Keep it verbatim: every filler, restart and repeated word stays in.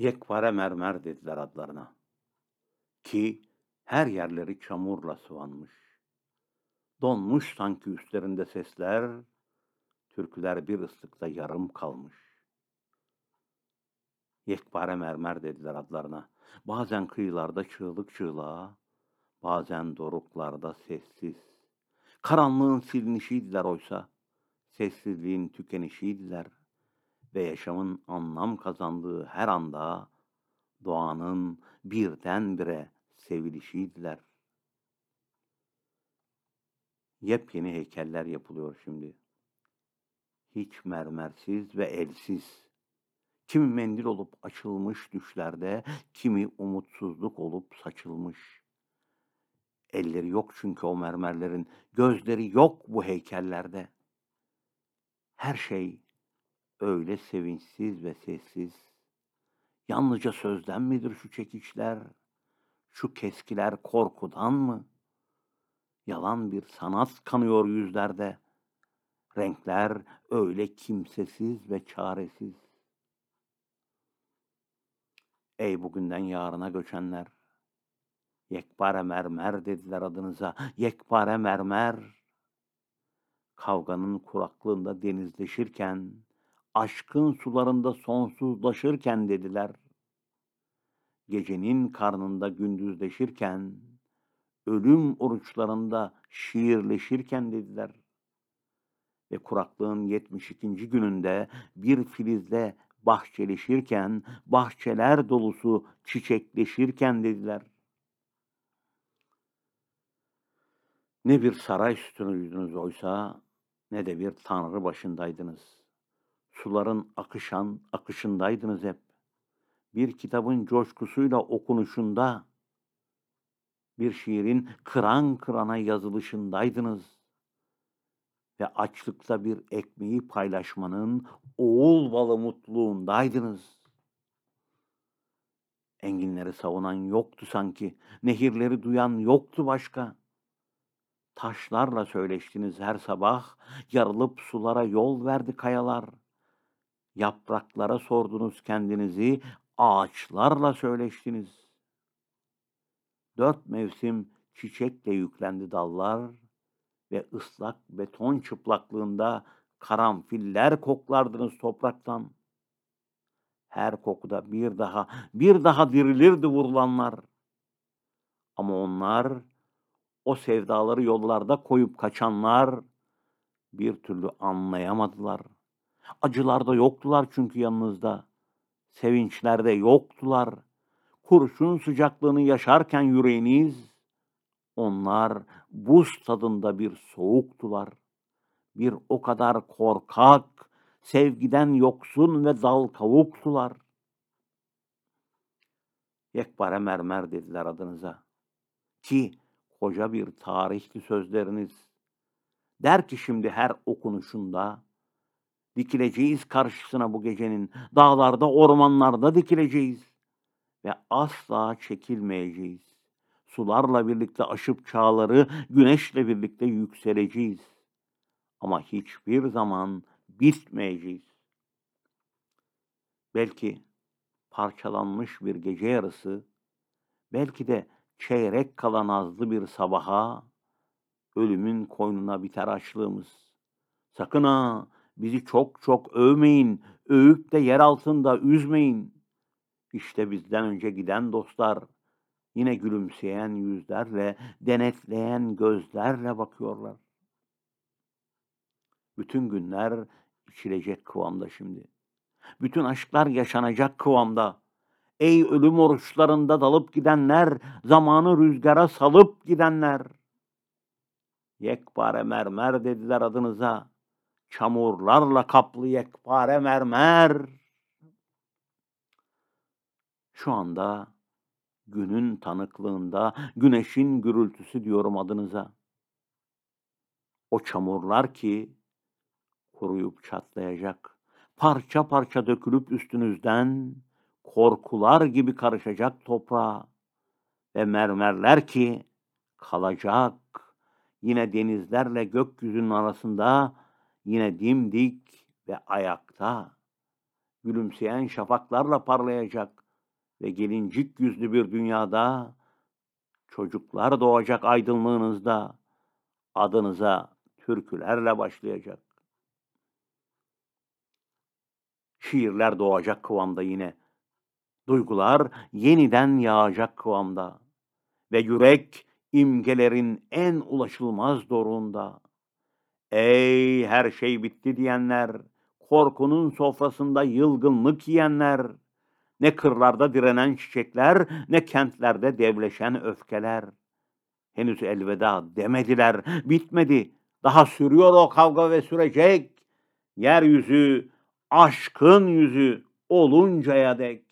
Yekpare mermer dediler adlarına ki her yerleri çamurla sıvanmış. Donmuş sanki üstlerinde sesler, türküler bir ıslıkta yarım kalmış. Yekpare mermer dediler adlarına. Bazen kıyılarda çığlık çığlığa, bazen doruklarda sessiz. Karanlığın silinişiydiler oysa, sessizliğin tükenişiydiler ve yaşamın anlam kazandığı her anda doğanın birdenbire sevilişiydiler. Yepyeni heykeller yapılıyor şimdi. Hiç mermersiz ve elsiz. Kimi mendil olup açılmış düşlerde, kimi umutsuzluk olup saçılmış. Elleri yok çünkü o mermerlerin, gözleri yok bu heykellerde. Her şey öyle sevinçsiz ve sessiz. Yalnızca sözden midir şu çekiçler, şu keskiler korkudan mı? Yalan bir sanat kanıyor yüzlerde. Renkler öyle kimsesiz ve çaresiz. Ey bugünden yarına göçenler, yekpare mermer dediler adınıza, yekpare mermer. Kavganın kuraklığında denizleşirken, aşkın sularında sonsuzlaşırken dediler. Gecenin karnında gündüzleşirken, ölüm oruçlarında şiirleşirken dediler. Ve kuraklığın yetmiş ikinci gününde bir filizle bahçeleşirken, bahçeler dolusu çiçekleşirken dediler. Ne bir saray sütunuydunuz oysa, ne de bir tanrı başındaydınız. Suların akışan akışındaydınız hep. Bir kitabın coşkusuyla okunuşunda, bir şiirin kıran kırana yazılışındaydınız. Ve açlıkta bir ekmeği paylaşmanın oğul balı mutluluğundaydınız. Enginleri savunan yoktu sanki, nehirleri duyan yoktu başka. Taşlarla söyleştiniz her sabah, yarılıp sulara yol verdi kayalar. Yapraklara sordunuz kendinizi, ağaçlarla söyleştiniz. Dört mevsim çiçekle yüklendi dallar ve ıslak beton çıplaklığında karanfiller koklardınız topraktan. Her kokuda bir daha, bir daha dirilirdi vurulanlar. Ama onlar, o sevdaları yollarda koyup kaçanlar bir türlü anlayamadılar. Acılarda yoktular çünkü yanınızda. Sevinçlerde yoktular. Kurşun sıcaklığını yaşarken yüreğiniz, onlar buz tadında bir soğuktular. Bir o kadar korkak, sevgiden yoksun ve dal kavuktular. Yekpare mermer dediler adınıza. Ki koca bir tarihti sözleriniz. Der ki şimdi her okunuşunda, dikileceğiz karşısına bu gecenin, dağlarda, ormanlarda dikileceğiz ve asla çekilmeyeceğiz. Sularla birlikte aşıp çağları, güneşle birlikte yükseleceğiz. Ama hiçbir zaman bitmeyeceğiz. Belki parçalanmış bir gece yarısı, belki de çeyrek kalan azlı bir sabaha, ölümün koynuna biter açlığımız. Sakın ha, bizi çok çok övmeyin, övüp de yer altında üzmeyin. İşte bizden önce giden dostlar, yine gülümseyen yüzlerle, denetleyen gözlerle bakıyorlar. Bütün günler içilecek kıvamda şimdi. Bütün aşklar yaşanacak kıvamda. Ey ölüm oruçlarında dalıp gidenler, zamanı rüzgara salıp gidenler. Yekpare mermer dediler adınıza. Çamurlarla kaplı yekpare mermer. Şu anda günün tanıklığında, güneşin gürültüsü diyorum adınıza. O çamurlar ki kuruyup çatlayacak, parça parça dökülüp üstünüzden, korkular gibi karışacak toprağa ve mermerler ki kalacak, yine denizlerle gökyüzünün arasında, yine dimdik ve ayakta, gülümseyen şafaklarla parlayacak, ve gelincik yüzlü bir dünyada çocuklar doğacak aydınlığınızda, adınıza türkülerle başlayacak. Şiirler doğacak kıvamda yine. Duygular yeniden yağacak kıvamda ve yürek imgelerin en ulaşılmaz doruğunda. Ey her şey bitti diyenler, korkunun sofrasında yılgınlık yiyenler, ne kırlarda direnen çiçekler, ne kentlerde devleşen öfkeler. Henüz elveda demediler, bitmedi. Daha sürüyor o kavga ve sürecek. Yeryüzü aşkın yüzü oluncaya dek.